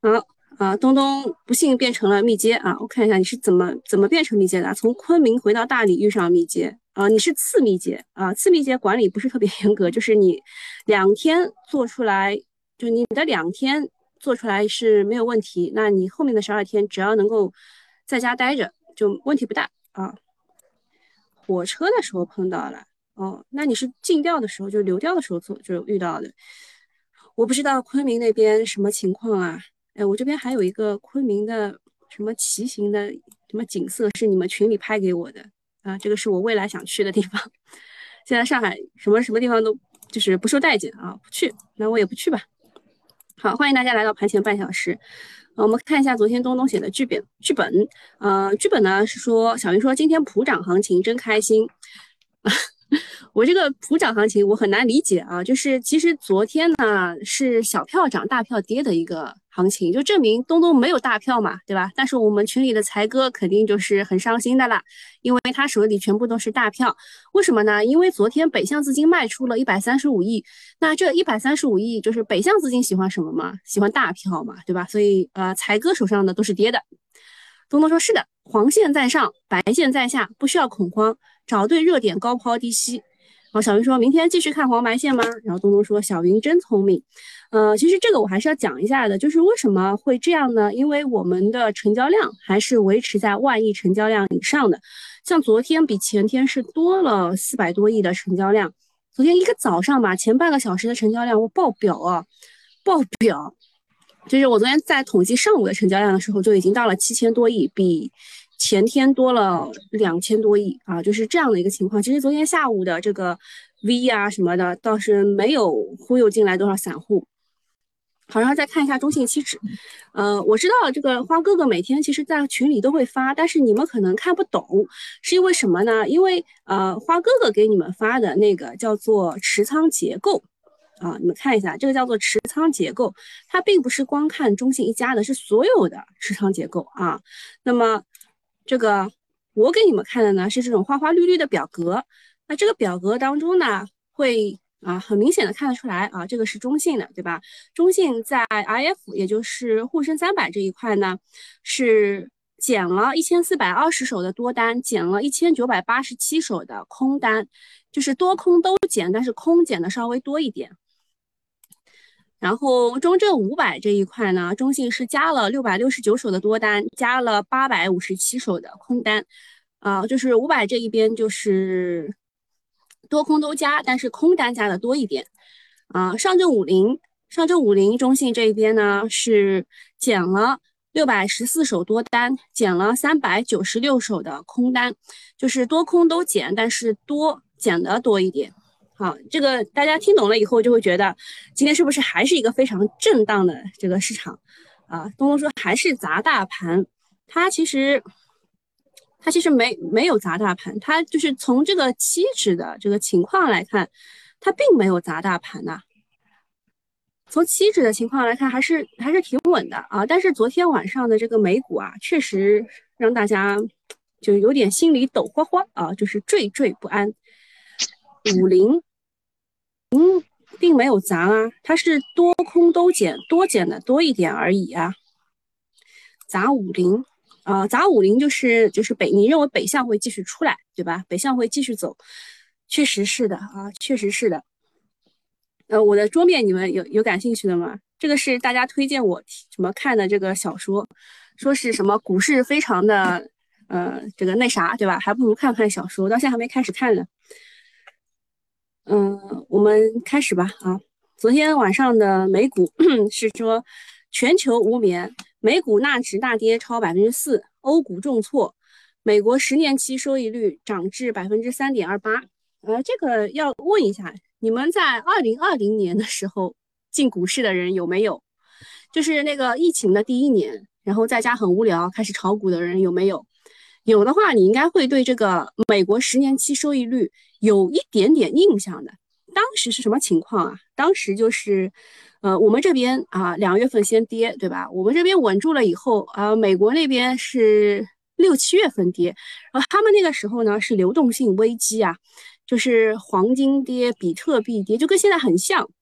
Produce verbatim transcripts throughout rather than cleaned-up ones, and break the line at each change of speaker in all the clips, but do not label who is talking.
好啊，东东不幸变成了密接啊，我看一下你是怎么怎么变成密接的啊，从昆明回到大理遇上密接啊，你是次密接啊，次密接管理不是特别严格，就是你两天做出来，就你的两天做出来是没有问题，那你后面的十二天只要能够在家待着，就问题不大啊。火车的时候碰到了哦，那你是进调的时候，就流调的时候做就遇到的。我不知道昆明那边什么情况啊？哎，我这边还有一个昆明的什么骑行的什么景色是你们群里拍给我的啊，这个是我未来想去的地方。现在上海什么什么地方都就是不受待见啊，不去，那我也不去吧。好，欢迎大家来到盘前半小时。呃我们看一下昨天东东写的剧本，剧本，呃，剧本呢是说小云说今天普涨行情真开心，我这个普涨行情我很难理解啊，就是其实昨天呢是小票涨大票跌的一个行情，就证明东东没有大票嘛，对吧？但是我们群里的财哥肯定就是很伤心的啦，因为他手里全部都是大票，为什么呢？因为昨天北向资金卖出了一百三十五亿，那这一百三十五亿就是北向资金喜欢什么嘛？喜欢大票嘛，对吧？所以呃，财哥手上的都是跌的。东东说是的，黄线在上，白线在下，不需要恐慌，找对热点高抛低吸。然后小云说明天继续看黄白线吗？然后东东说小云真聪明。呃，其实这个我还是要讲一下的，就是为什么会这样呢？因为我们的成交量还是维持在万亿成交量以上的，像昨天比前天是多了四百多亿的成交量。昨天一个早上吧，前半个小时的成交量我爆表啊，爆表！就是我昨天在统计上午的成交量的时候，就已经到了七千多亿，比前天多了两千多亿啊，就是这样的一个情况。其实昨天下午的这个 V 啊什么的，倒是没有忽悠进来多少散户。好，然后再看一下中信期指，呃，我知道这个花哥哥每天其实在群里都会发，但是你们可能看不懂，是因为什么呢？因为呃，花哥哥给你们发的那个叫做持仓结构。啊，你们看一下，这个叫做持仓结构，它并不是光看中信一家的，是所有的持仓结构啊。那么这个我给你们看的呢是这种花花绿绿的表格，那这个表格当中呢会啊很明显的看得出来啊，这个是中信的，对吧？中信在 I F 也就是沪深三百这一块呢是减了一千四百二十手的多单，减了一千九百八十七手的空单，就是多空都减，但是空减的稍微多一点。然后中证五百这一块呢，中信是加了六百六十九手的多单，加了八百五十七手的空单，啊、呃，就是五百这一边就是多空都加，但是空单加的多一点，啊、呃，上证五零，上证五零中信这一边呢是减了六百十四手多单，减了三百九十六手的空单，就是多空都减，但是多减的多一点。好，这个大家听懂了以后就会觉得今天是不是还是一个非常震荡的这个市场啊？东东说还是砸大盘，它其实它其实没没有砸大盘，它就是从这个期指的这个情况来看，它并没有砸大盘呐、啊。从期指的情况来看，还是还是挺稳的啊。但是昨天晚上的这个美股啊，确实让大家就有点心里抖慌慌啊，就是惴惴不安。五零并没有砸啊，它是多空都减，多减的多一点而已啊。砸五零啊、呃，砸五零就是就是北，你认为北向会继续出来，对吧？北向会继续走，确实是的啊，确实是的。呃，我的桌面你们有有感兴趣的吗？这个是大家推荐我什么看的这个小说，说是什么股市非常的呃这个那啥，对吧？还不如看看小说，到现在还没开始看呢。嗯，我们开始吧啊！昨天晚上的美股是说全球无眠，美股纳指大跌超百分之四，欧股重挫，美国十年期收益率涨至百分之三点二八。呃，这个要问一下，你们在二零二零年的时候进股市的人有没有？就是那个疫情的第一年，然后在家很无聊开始炒股的人有没有？有的话，你应该会对这个美国十年期收益率有一点点印象的。当时是什么情况啊？当时就是，呃，我们这边啊，两月份先跌，对吧？我们这边稳住了以后，啊，美国那边是六七月份跌，然后他们那个时候呢是流动性危机啊，就是黄金跌，比特币跌，就跟现在很像。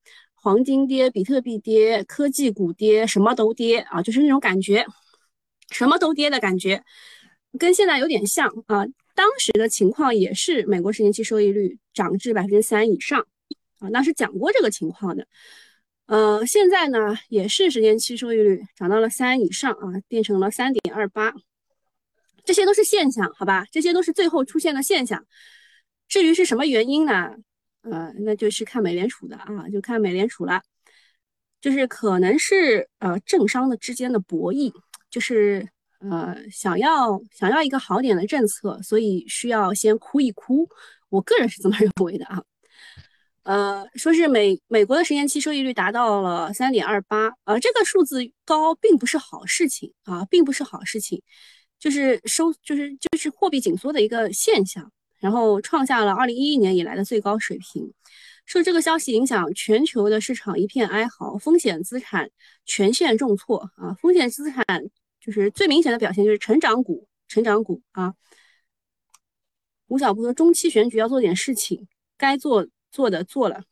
黄金跌，比特币跌，科技股跌，什么都跌啊，就是那种感觉，什么都跌的感觉，跟现在有点像啊。当时的情况也是美国十年期收益率涨至百分之三以上啊，当时讲过这个情况的。呃，现在呢也是十年期收益率涨到了三以上啊，变成了三点二八，这些都是现象，好吧？这些都是最后出现的现象。至于是什么原因呢？呃，那就是看美联储的啊，就看美联储了，就是可能是呃政商的之间的博弈，就是呃想要想要一个好点的政策，所以需要先哭一哭。我个人是这么认为的啊。呃，说是美美国的十年期收益率达到了三点二八，呃，这个数字高并不是好事情啊，并不是好事情，就是收就是就是货币紧缩的一个现象，然后创下了二零一一年以来的最高水平。受这个消息影响，全球的市场一片哀嚎，风险资产全线重挫啊！风险资产就是最明显的表现就是成长股，成长股啊。吴晓波说，中期选举要做点事情，该做做的做了。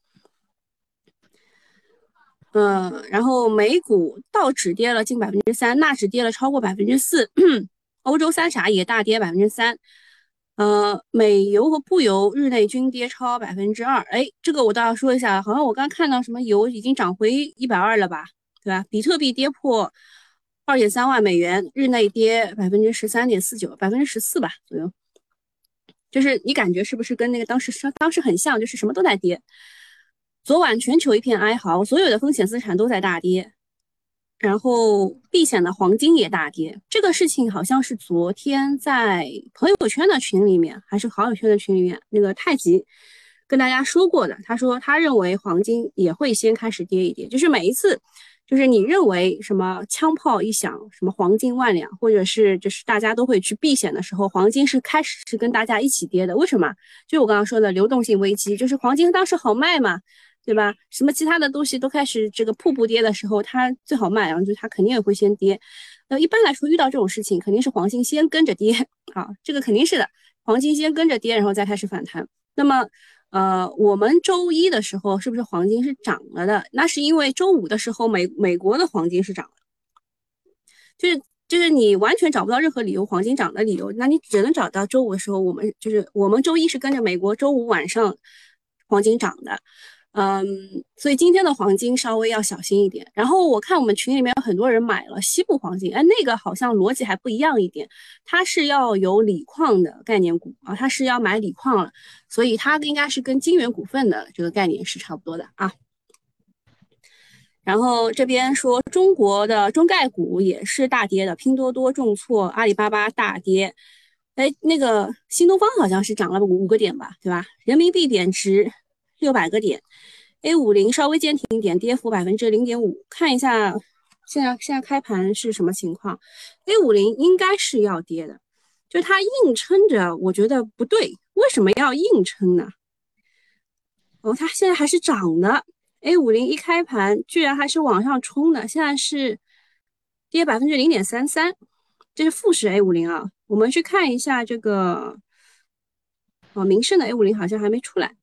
呃，然后美股道指跌了近百分之三，纳指跌了超过百分之四，欧洲三傻也大跌百分之三。呃，美油和布油日内均跌超百分之二。哎，这个我倒要说一下，好像我刚看到什么油已经涨回一百二了吧，对吧？比特币跌破二点三万美元，日内跌百分之十三点四九，百分之十四吧左右。就是你感觉是不是跟那个当时当时很像，就是什么都在跌。昨晚全球一片哀嚎，所有的风险资产都在大跌，然后避险的黄金也大跌。这个事情好像是昨天在朋友圈的群里面，还是好友圈的群里面，那个太极跟大家说过的。他说他认为黄金也会先开始跌一跌，就是每一次，就是你认为什么枪炮一响，什么黄金万两，或者是就是大家都会去避险的时候，黄金是开始是跟大家一起跌的。为什么？就我刚刚说的流动性危机，就是黄金当时好卖嘛。对吧？什么其他的东西都开始这个瀑布跌的时候，它最好卖，然后就它肯定也会先跌。那一般来说，遇到这种事情，肯定是黄金先跟着跌啊，这个肯定是的，黄金先跟着跌，然后再开始反弹。那么，呃，我们周一的时候是不是黄金是涨了的？那是因为周五的时候美美国的黄金是涨的，就是就是你完全找不到任何理由黄金涨的理由，那你只能找到周五的时候，我们就是我们周一是跟着美国周五晚上黄金涨的。嗯，所以今天的黄金稍微要小心一点。然后我看我们群里面有很多人买了西部黄金，哎，那个好像逻辑还不一样一点，它是要有锂矿的概念股啊，它是要买锂矿了，所以它应该是跟金源股份的这个概念是差不多的啊。然后这边说中国的中概股也是大跌的，拼多多重挫，阿里巴巴大跌，哎，那个新东方好像是涨了五个点吧，对吧？人民币贬值六百个点。A 五零稍微坚挺一点，跌幅百分之零点五。看一下现在现在开盘是什么情况 ？A 五零应该是要跌的，就它硬撑着，我觉得不对。为什么要硬撑呢？哦，它现在还是涨的。A 五零一开盘居然还是往上冲的，现在是跌百分之零点三三，这是富时 A 五零啊。我们去看一下这个，哦，民生的 A 五零好像还没出来。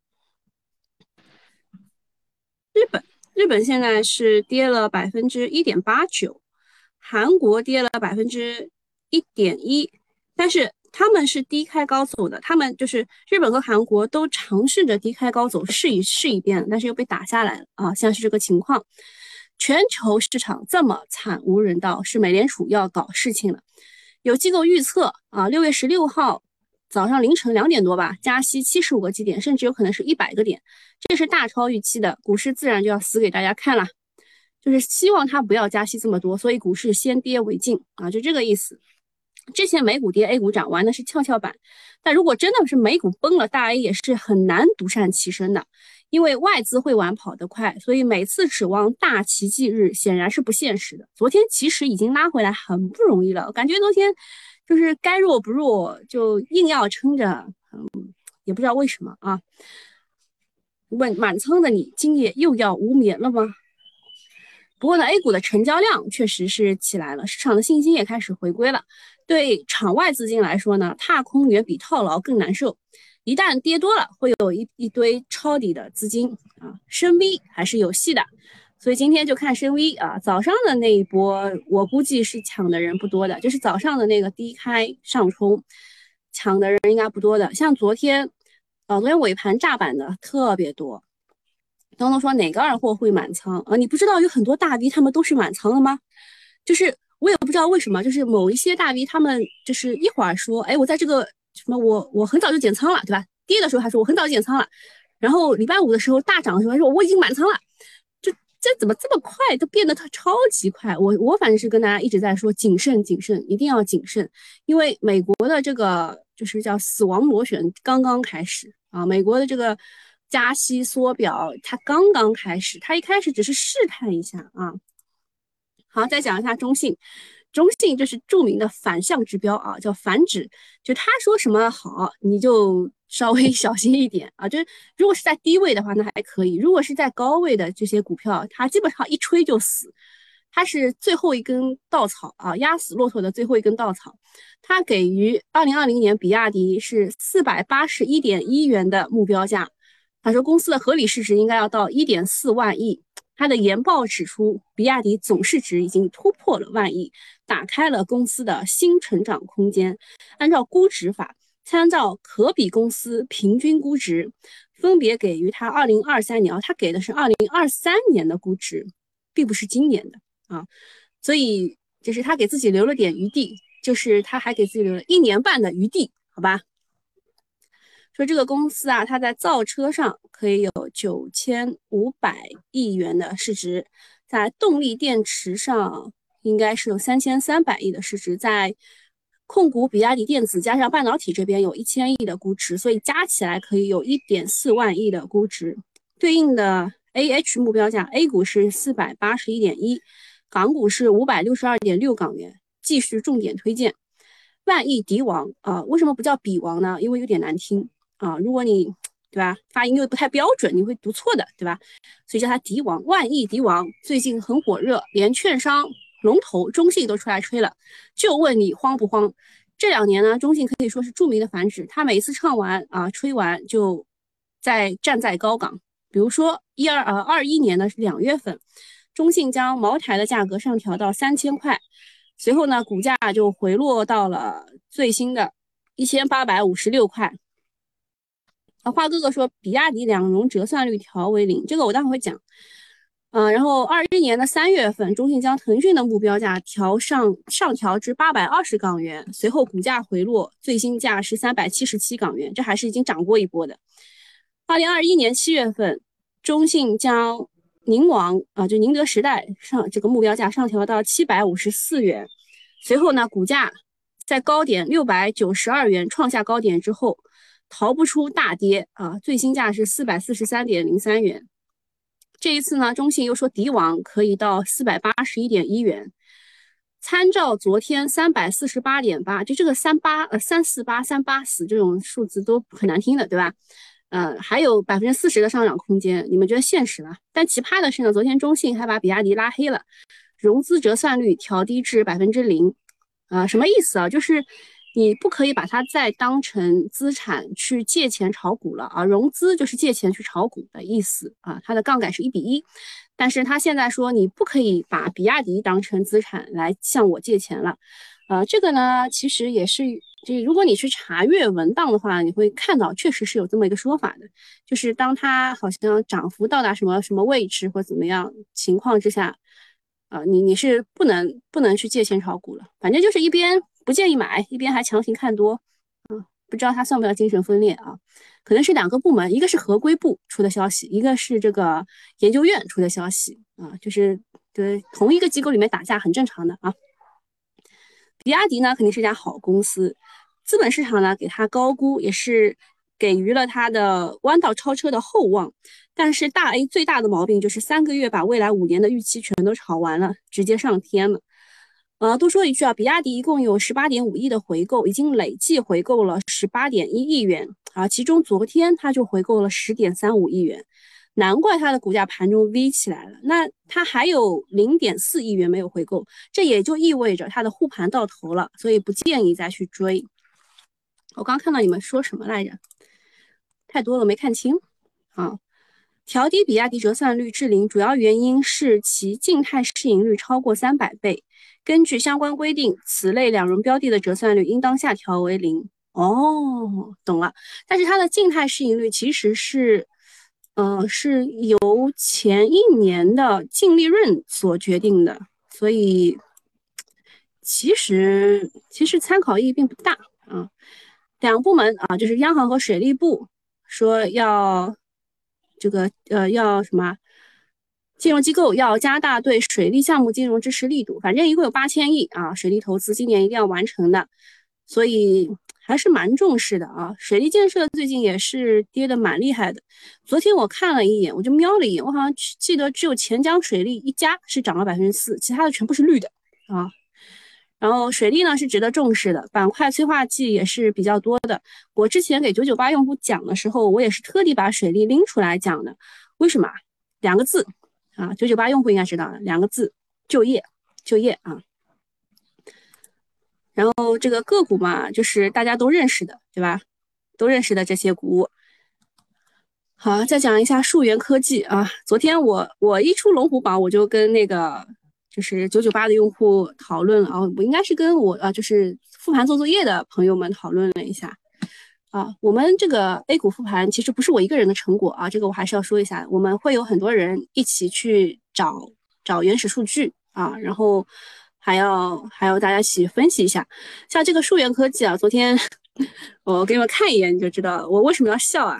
日本，日本现在是跌了百分之一点八九，韩国跌了百分之一点一，但是他们是低开高走的，他们就是日本和韩国都尝试着低开高走试一试一遍，但是又被打下来了啊，像是这个情况。全球市场这么惨无人道，是美联储要搞事情了。有机构预测啊，六月十六号早上凌晨两点多吧，加息七十五个基点，甚至有可能是一百个点，这是大超预期的，股市自然就要死给大家看了。就是希望它不要加息这么多，所以股市先跌为敬啊，就这个意思。之前美股跌 A 股涨玩的是跷跷板，但如果真的是美股崩了，大 A 也是很难独善其身的，因为外资会玩跑得快，所以每次指望大奇迹日显然是不现实的。昨天其实已经拉回来很不容易了，我感觉昨天就是该弱不弱，就硬要撑着，嗯，也不知道为什么啊。问满仓的你，今夜又要无眠了吗？不过呢 ，A 股的成交量确实是起来了，市场的信心也开始回归了。对场外资金来说呢，踏空远比套牢更难受。 一旦跌多了，会有一一堆抄底的资金啊，深 V 还是有戏的。所以今天就看深 V 啊，早上的那一波，我估计是抢的人不多的，就是早上的那个低开上冲，抢的人应该不多的。像昨天，呃，昨天尾盘炸板的特别多。东东说哪个二货会满仓啊？你不知道有很多大 V 他们都是满仓的吗？就是我也不知道为什么，就是某一些大 V 他们就是一会儿说，哎，我在这个什么我我很早就减仓了，对吧？跌的时候还说我很早就减仓了，然后礼拜五的时候大涨的时候说我已经满仓了，就这怎么这么快，都变得它超级快。我我反正是跟大家一直在说谨慎谨慎，一定要谨慎，因为美国的这个就是叫死亡螺旋刚刚开始啊，美国的这个加息缩表它刚刚开始，它一开始只是试探一下啊。好，再讲一下中信，中信就是著名的反向指标啊，叫反指，就他说什么好，你就稍微小心一点啊。就是如果是在低位的话，那还可以；如果是在高位的这些股票，它基本上一吹就死，它是最后一根稻草啊，压死骆驼的最后一根稻草。它给予二零二零年比亚迪是四百八十一点一元的目标价，他说公司的合理市值应该要到一点四万亿。他的研报指出，比亚迪总市值已经突破了万亿，打开了公司的新成长空间。按照估值法，参照可比公司平均估值，分别给予他二零二三年啊，他给的是二零二三年的估值，并不是今年的啊，所以就是他给自己留了点余地，就是他还给自己留了一年半的余地，好吧？说这个公司啊，它在造车上可以有九千五百亿元的市值，在动力电池上应该是有三千三百亿的市值，在控股比亚迪电子加上半导体这边有一千亿的估值，所以加起来可以有一点四万亿的估值。对应的 A H 目标价 ，A 股是四百八十一点一，港股是五百六十二点六港元，继续重点推荐。万亿敌王啊、呃，为什么不叫比王呢？因为有点难听。啊，如果你对吧发音又不太标准，你会读错的，对吧？所以叫它敌王，万亿敌王最近很火热，连券商龙头中信都出来吹了，就问你慌不慌？这两年呢，中信可以说是著名的反指，他每次唱完啊吹完就在站在高岗。比如说一二呃二一年的两月份，中信将茅台的价格上调到三千块，随后呢股价就回落到了最新的一千八百五十六块。花哥哥说，比亚迪两融折算率调为零，这个我待会会讲。嗯、呃，然后二一年的三月份，中信将腾讯的目标价调上上调至八百二十港元，随后股价回落，最新价是三百七十七港元，这还是已经涨过一波的。二零二一年七月份，中信将宁王啊、呃，就宁德时代上这个目标价上调到七百五十四元，随后呢，股价在高点六百九十二元创下高点之后。逃不出大跌啊！最新价是四百四十三点零三元。这一次呢，中信又说敌王可以到四百八十一点一元。参照昨天三百四十八点八，就这个三八呃三四八三八四这种数字都很难听的，对吧？呃，还有百分之四十的上涨空间，你们觉得现实吗？但奇葩的是呢，昨天中信还把比亚迪拉黑了，融资折算率调低至百分之零。啊，什么意思啊？就是你不可以把它再当成资产去借钱炒股了啊，融资就是借钱去炒股的意思啊，它的杠杆是一比一，但是他现在说你不可以把比亚迪当成资产来向我借钱了，呃，这个呢其实也是，就是如果你去查阅文档的话，你会看到确实是有这么一个说法的，就是当它好像涨幅到达什么什么位置或怎么样情况之下，啊、呃，你你是不能不能去借钱炒股了，反正就是一边不建议买，一边还强行看多，嗯，不知道他算不算精神分裂啊？可能是两个部门，一个是合规部出的消息，一个是这个研究院出的消息啊，就是对同一个机构里面打架很正常的啊。比亚迪呢肯定是家好公司，资本市场呢给它高估，也是给予了它的弯道超车的厚望。但是大 A 最大的毛病就是三个月把未来五年的预期全都炒完了，直接上天了。呃，多说一句啊，比亚迪一共有十八点五亿的回购，已经累计回购了十八点一亿元啊，其中昨天它就回购了十点三五亿元，难怪它的股价盘中 V 起来了。那它还有零点四亿元没有回购，这也就意味着它的护盘到头了，所以不建议再去追。我刚看到你们说什么来着？ 太多了没看清啊。调低比亚迪折算率至零，主要原因是其静态市盈率超过三百倍。根据相关规定，此类两融标的的折算率应当下调为零。哦，懂了。但是它的静态市盈率其实是，呃，是由前一年的净利润所决定的，所以其实其实参考意义并不大啊。两部门啊，就是央行和水利部说要这个呃要什么？金融机构要加大对水利项目金融支持力度，反正一共有八千亿啊，水利投资今年一定要完成的，所以还是蛮重视的啊。水利建设最近也是跌得蛮厉害的，昨天我看了一眼，我就瞄了一眼，我好像记得只有钱江水利一家是涨了百分之四，其他的全部是绿的啊。然后水利呢是值得重视的，板块催化剂也是比较多的。我之前给九九八用户讲的时候，我也是特地把水利拎出来讲的，为什么？两个字。啊，九九八用户应该知道的两个字，就业，就业啊。然后这个个股嘛，就是大家都认识的，对吧？都认识的这些股。好，再讲一下数源科技啊。昨天我我一出龙虎榜，我就跟那个就是九九八的用户讨论了啊，我应该是跟我啊就是复盘做作业的朋友们讨论了一下。啊，我们这个 A 股复盘其实不是我一个人的成果啊，这个我还是要说一下，我们会有很多人一起去找找原始数据啊，然后还要还要大家一起分析一下。像这个数源科技啊，昨天我给你们看一眼你就知道了我为什么要笑啊，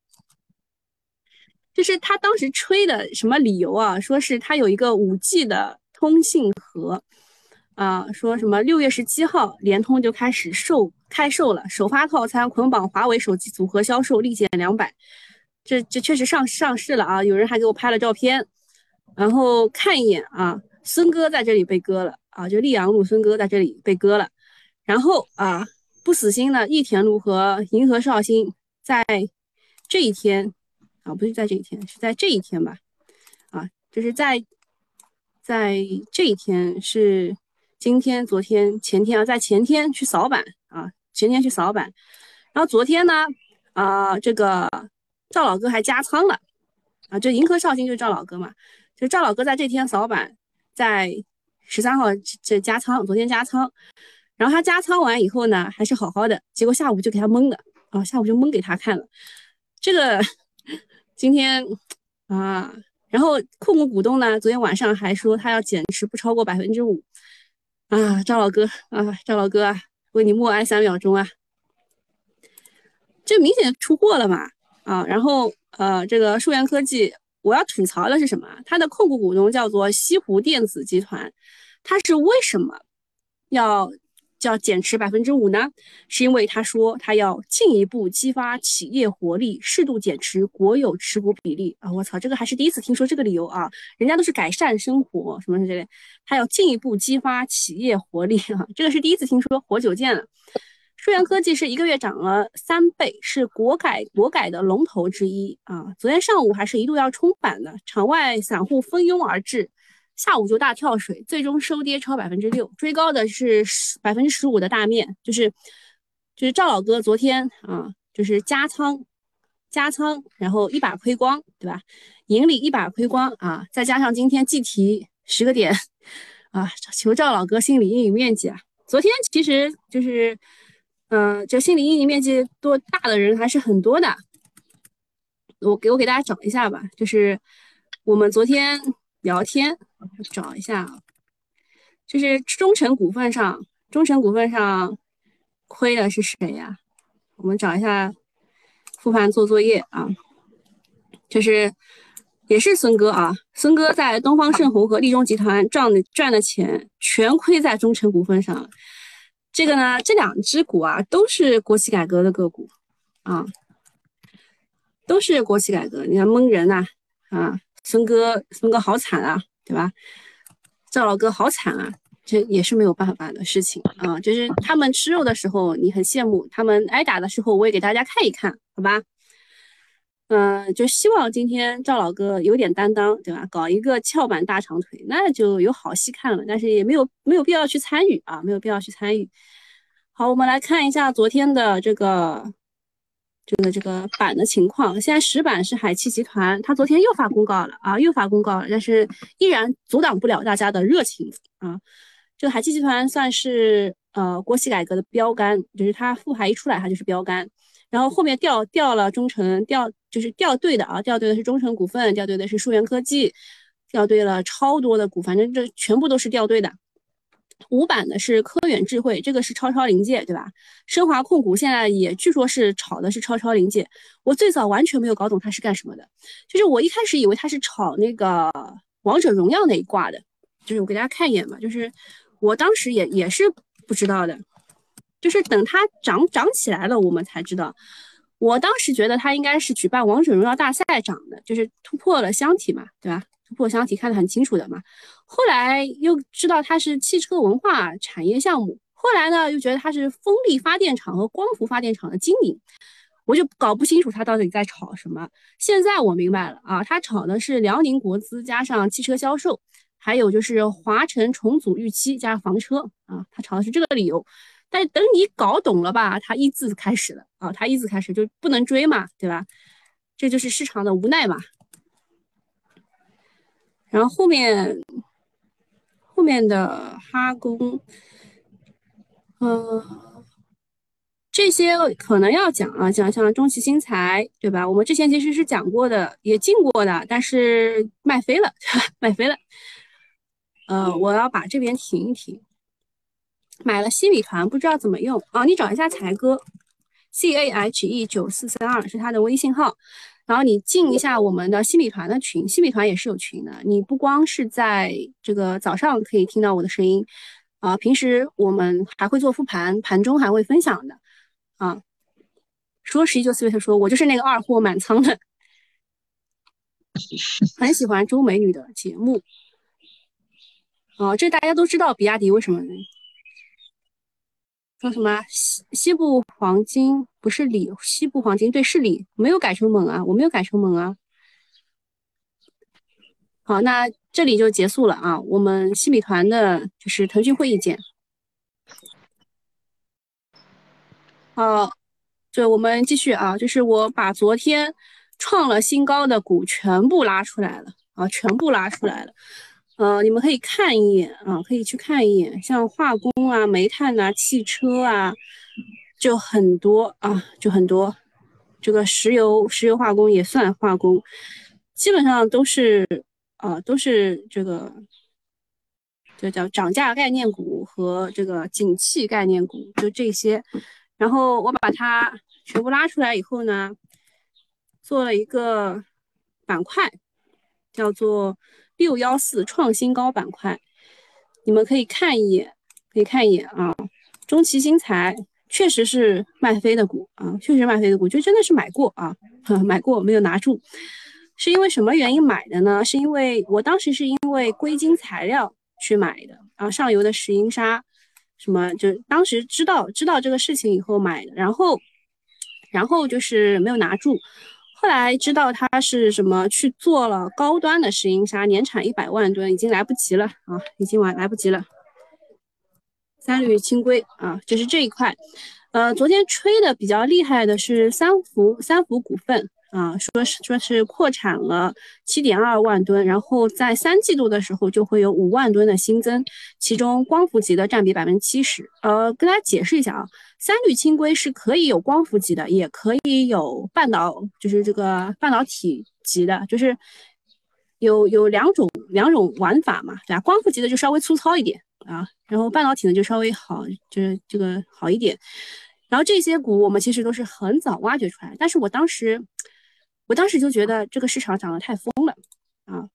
就是他当时吹的什么理由啊，说是他有一个 五 G 的通信盒。啊，说什么六月十七号，联通就开始售开售了，首发套餐捆绑华为手机组合销售，立减两百，这这确实上上市了啊！有人还给我拍了照片，然后看一眼啊，孙哥在这里被割了啊，就溧阳路孙哥在这里被割了，然后啊，不死心的益田路和银河绍兴在这一天啊，不是在这一天，是在这一天吧？啊，就是在在这一天是。今天、昨天、前天啊，在前天去扫板啊，前天去扫板，然后昨天呢，啊，这个赵老哥还加仓了啊，这银河绍兴就是赵老哥嘛，就赵老哥在这天扫板，在十三号这加仓，昨天加仓，然后他加仓完以后呢，还是好好的，结果下午就给他蒙了啊，下午就蒙给他看了，这个今天啊，然后控股股东呢，昨天晚上还说他要减持不超过百分之五。啊，赵老哥啊，赵老哥啊，为你默哀三秒钟啊！这明显出货了嘛啊！然后呃，这个数源科技，我要吐槽的是什么？它的控股股东叫做西湖电子集团，它是为什么要叫减持百分之五呢？是因为他说他要进一步激发企业活力，适度减持国有持股比例啊！我操，这个还是第一次听说这个理由啊！人家都是改善生活什么之类，他要进一步激发企业活力啊！这个是第一次听说，活久见了。数源科技是一个月涨了三倍，是国改国改的龙头之一啊！昨天上午还是一度要冲板的，场外散户蜂拥而至。下午就大跳水，最终收跌超百分之六，追高的是百分之十五的大面，就是就是赵老哥昨天啊，就是加仓加仓，然后一把亏光，对吧？盈利一把亏光啊，再加上今天计提十个点啊，求赵老哥心理阴影面积啊！昨天其实就是，嗯、呃，这心理阴影面积多大的人还是很多的。我给我给大家找一下吧，就是我们昨天聊天。找一下啊，就是中诚股份上，中诚股份上亏的是谁呀？我们找一下复盘做作业啊，就是也是孙哥啊，孙哥在东方盛虹和利中集团赚的赚的钱全亏在中诚股份上了。这个呢，这两只股啊都是国企改革的个股啊，都是国企改革。你看蒙人呐啊，啊，孙哥孙哥好惨啊，对吧？赵老哥好惨啊，这也是没有办法的事情啊。就是他们吃肉的时候你很羡慕，他们挨打的时候我也给大家看一看，好吧？嗯、呃，就希望今天赵老哥有点担当，对吧？搞一个翘板大长腿，那就有好戏看了。但是也没有没有必要去参与啊，没有必要去参与。好，我们来看一下昨天的这个这个这个板的情况。现在实板是海汽集团，它昨天又发公告了啊，又发公告了，但是依然阻挡不了大家的热情啊。这个海汽集团算是呃国企改革的标杆，就是它复牌一出来，它就是标杆。然后后面调调了中诚，调就是调对的啊，调对的是中诚股份，调对的是数源科技，调对了超多的股，反正这全部都是调对的。五版的是科远智慧，这个是超超临界，对吧？升华控股现在也据说是炒的是超超临界，我最早完全没有搞懂它是干什么的，就是我一开始以为它是炒那个王者荣耀那一挂的，就是我给大家看一眼嘛，就是我当时也也是不知道的，就是等它涨涨起来了，我们才知道。我当时觉得它应该是举办王者荣耀大赛涨的，就是突破了箱体嘛，对吧？突破箱体看得很清楚的嘛。后来又知道它是汽车文化产业项目，后来呢又觉得它是风力发电厂和光伏发电厂的经营，我就搞不清楚它到底在炒什么。现在我明白了啊，它炒的是辽宁国资加上汽车销售，还有就是华晨重组预期加上房车啊，它炒的是这个理由。但是等你搞懂了吧，它一字开始了啊，它一字开始就不能追嘛，对吧？这就是市场的无奈嘛。然后后面后面的哈工，嗯、呃，这些可能要讲啊，讲像中汽新材，对吧？我们之前其实是讲过的，也进过的，但是卖飞了，卖飞了。呃，我要把这边停一停。买了西米团，不知道怎么用啊？你找一下才哥 ，C A H E 九四三二是他的微信号，然后你进一下我们的西米团的群，西米团也是有群的。你不光是在这个早上可以听到我的声音啊，平时我们还会做复盘，盘中还会分享的啊。说十一就四月，他说我就是那个二货满仓的，很喜欢周美女的节目啊。这大家都知道，比亚迪为什么呢？说什么西西部黄金不是锂，西部黄金对是锂，没有改成锰啊，我没有改成锰啊。好，那这里就结束了啊，我们西米团的就是腾讯会议见。好，就我们继续啊，就是我把昨天创了新高的股全部拉出来了啊，全部拉出来了。呃，你们可以看一眼啊，可以去看一眼，像化工啊、煤炭呐、汽车啊，就很多啊，就很多。这个石油、石油化工也算化工，基本上都是啊，都是这个，就叫涨价概念股和这个景气概念股，就这些。然后我把它全部拉出来以后呢，做了一个板块，叫做六幺四创新高板块，你们可以看一眼，可以看一眼啊。中旗新材确实是卖飞的股啊，确实卖飞的股，就真的是买过啊，买过没有拿住。是因为什么原因买的呢？是因为我当时是因为硅晶材料去买的啊，上游的石英砂，什么就当时知道知道这个事情以后买的，然后然后就是没有拿住。后来知道他是什么去做了高端的石英砂，年产一百万吨，已经来不及了啊，已经晚来不及了。三氯氢硅啊，就是这一块。呃，昨天吹的比较厉害的是三福三福股份啊，说是说是扩产了七点二万吨，然后在三季度的时候就会有五万吨的新增，其中光伏级的占比百分之七十。呃，跟大家解释一下啊，三氯氢硅是可以有光伏级的，也可以有半导，就是这个半导体级的，就是有有两种两种玩法嘛，对吧？光伏级的就稍微粗糙一点啊，然后半导体呢就稍微好，就是这个好一点。然后这些股我们其实都是很早挖掘出来，但是我当时我当时就觉得这个市场涨得太疯了啊。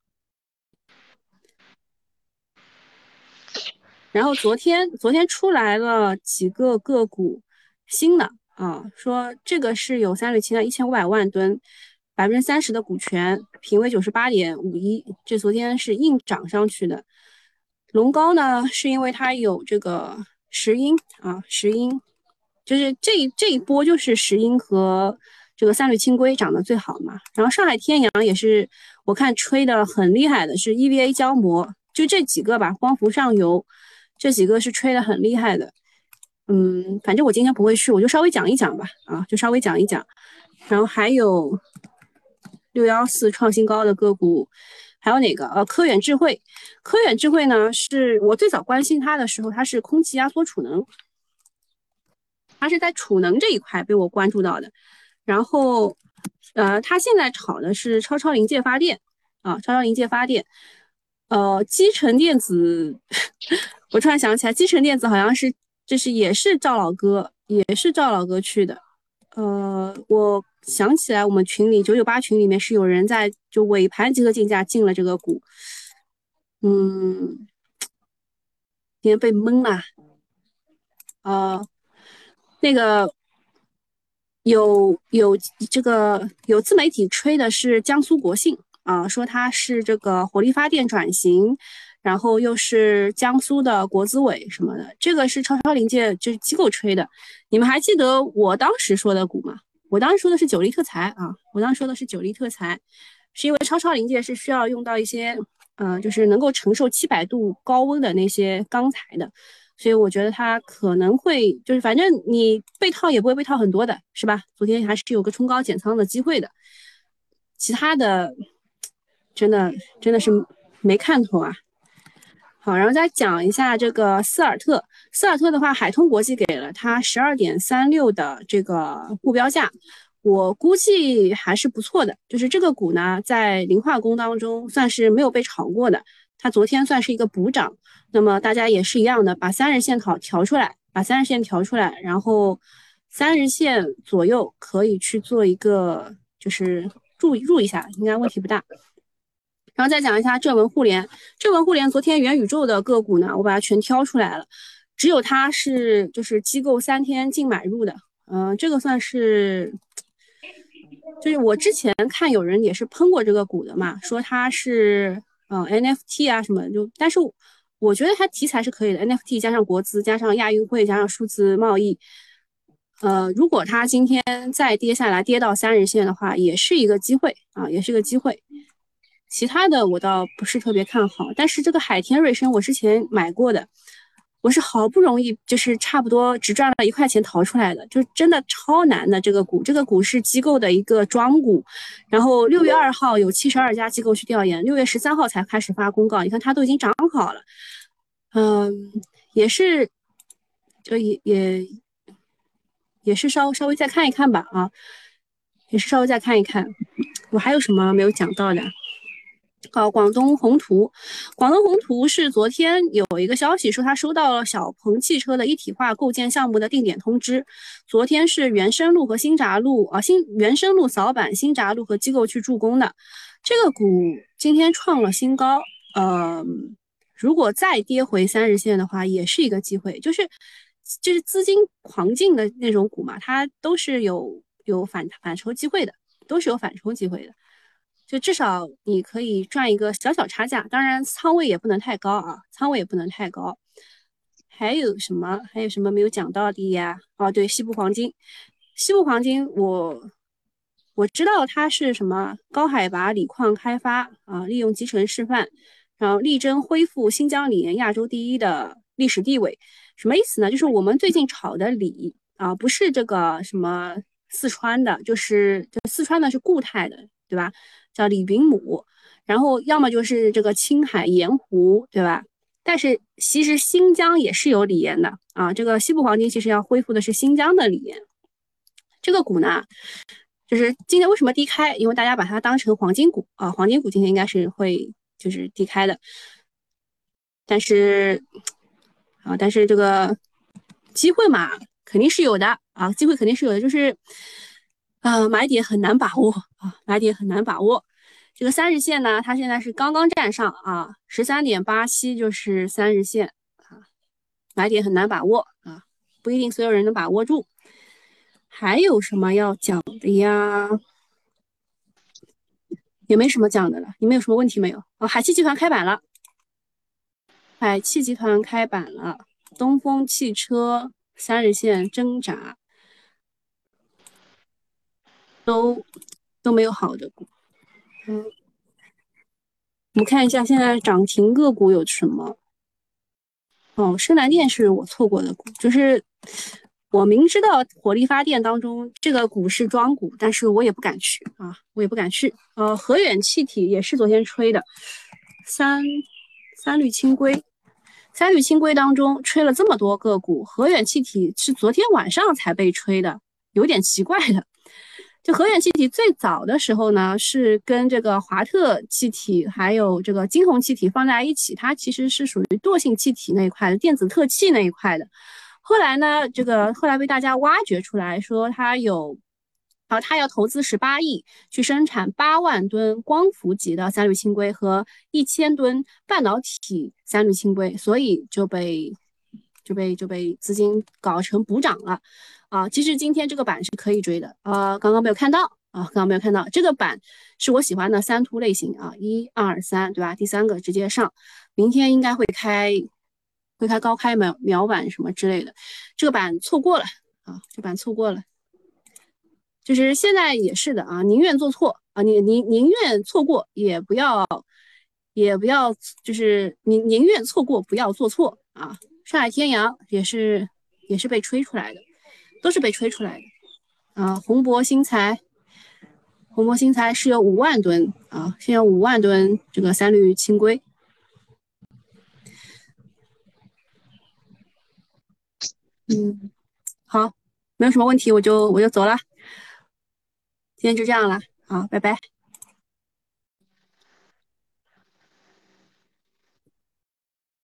然后昨天昨天出来了几个个股新的啊，说这个是有三六七的一千五百万吨，百分之三十的股权，评为九十八点五一，这昨天是硬涨上去的。龙高呢，是因为它有这个石英啊，石英就是这这一波就是石英和这个三氯氢硅涨得最好嘛。然后上海天阳也是我看吹的很厉害的，是 E V A 胶膜，就这几个吧，光伏上游这几个是吹的很厉害的。 嗯，反正我今天不会去，我就稍微讲一讲吧，啊，就稍微讲一讲。然后还有六幺四创新高的个股，还有哪个？呃，科远智慧。科远智慧呢，是我最早关心它的时候，它是空气压缩储能，它是在储能这一块被我关注到的。然后，呃，它现在炒的是超超临界发电啊，超超临界发电。呃，基成电子，我突然想起来，基成电子好像是，就是也是赵老哥，也是赵老哥去的。呃，我想起来，我们群里九九八群里面是有人在就尾盘集合竞价进了这个股，嗯，今天被蒙了。呃，那个有有这个有自媒体吹的是江苏国信啊、呃说它是这个火力发电转型，然后又是江苏的国资委什么的，这个是超超临界就是机构吹的。你们还记得我当时说的股吗？我当时说的是九力特材啊，我当时说的是九力特材，是因为超超临界是需要用到一些嗯、呃就是能够承受七百度高温的那些钢材的。所以我觉得它可能会就是，反正你被套也不会被套很多的，是吧？昨天还是有个冲高减仓的机会的，其他的真的真的是没看头啊。好，然后再讲一下这个斯尔特，斯尔特的话，海通国际给了它十二点三六的这个目标价，我估计还是不错的。就是这个股呢，在磷化工当中算是没有被炒过的，它昨天算是一个补涨。那么大家也是一样的，把三日线调调出来，把三日线调出来，然后三日线左右可以去做一个就是入入一下，应该问题不大。然后再讲一下正文互联，正文互联昨天元宇宙的个股呢，我把它全挑出来了，只有它是就是机构三天净买入的，嗯、呃，这个算是，就是我之前看有人也是喷过这个股的嘛，说它是嗯、呃、N F T 啊什么的，就但是我觉得它题材是可以的，N F T 加上国资加上亚运会加上数字贸易，呃，如果它今天再跌下来跌到三日线的话，也是一个机会啊，也是个机会。其他的我倒不是特别看好，但是这个海天瑞声我之前买过的，我是好不容易就是差不多只赚了一块钱逃出来的，就是真的超难的这个股，这个股是机构的一个庄股，然后六月二号有七十二家机构去调研，六月十三号才开始发公告，你看它都已经涨好了，嗯，也是，就也也也是稍稍微再看一看吧啊，也是稍微再看一看，我还有什么没有讲到的？好，广东宏图，广东宏图是昨天有一个消息说，他收到了小鹏汽车的一体化构建项目的定点通知。昨天是原生路和新闸路啊，新原生路扫板，新闸路和机构去助攻的。这个股今天创了新高，呃，如果再跌回三日线的话，也是一个机会。就是就是资金狂进的那种股嘛，它都是有有反反抽机会的，都是有反抽机会的。就至少你可以赚一个小小差价，当然仓位也不能太高啊，仓位也不能太高。还有什么？还有什么没有讲到的呀？哦，对，西部黄金，西部黄金我我知道它是什么高海拔锂矿开发啊，利用集成示范，然后力争恢复新疆锂亚洲第一的历史地位。什么意思呢？就是我们最近炒的锂啊，不是这个什么四川的，就是就四川的是固态的，对吧？叫李云母，然后要么就是这个青海盐湖，对吧？但是其实新疆也是有锂盐的啊，这个西部黄金其实要恢复的是新疆的锂盐。这个股呢，就是今天为什么低开？因为大家把它当成黄金股啊，黄金股今天应该是会就是低开的，但是啊，但是这个机会嘛，肯定是有的啊，机会肯定是有的，就是啊，买点很难把握啊，买点很难把握。这个三日线呢，它现在是刚刚站上啊，十三点八七就是三日线啊，买点很难把握啊，不一定所有人能把握住。还有什么要讲的呀？也没什么讲的了，你们有什么问题没有？哦，海汽集团开板了，海汽集团开板了，东风汽车三日线挣扎，都都没有好的股。嗯，我们看一下现在涨停个股有什么？哦，深蓝电是我错过的股，就是我明知道火力发电当中这个股是庄股，但是我也不敢去啊，我也不敢去。呃，和远气体也是昨天吹的，三三氯氢硅，三氯氢硅当中吹了这么多个股，和远气体是昨天晚上才被吹的，有点奇怪的。就和远气体最早的时候呢，是跟这个华特气体还有这个金红气体放在一起，它其实是属于惰性气体那一块的，电子特气那一块的。后来呢，这个后来被大家挖掘出来，说它有，啊，它要投资十八亿去生产八万吨光伏级的三氯氢硅和一千吨半导体三氯氢硅，所以就被就被就被资金搞成补涨了。啊，其实今天这个板是可以追的，呃，刚刚没有看到啊，刚刚没有看到这个板是我喜欢的三突类型啊，一二三，对吧？第三个直接上，明天应该会开会开高开秒秒板什么之类的，这个板错过了啊，这板错过了，就是现在也是的啊，宁愿做错啊，你宁宁愿错过也不要也不要，就是宁宁愿错过不要做错啊。上海天阳也是也是被吹出来的，都是被吹出来的啊。宏博新材，宏博新材是有五万吨啊，现在五万吨这个三氯氢硅，嗯，好，没有什么问题，我就我就走了，今天就这样了，好，拜拜。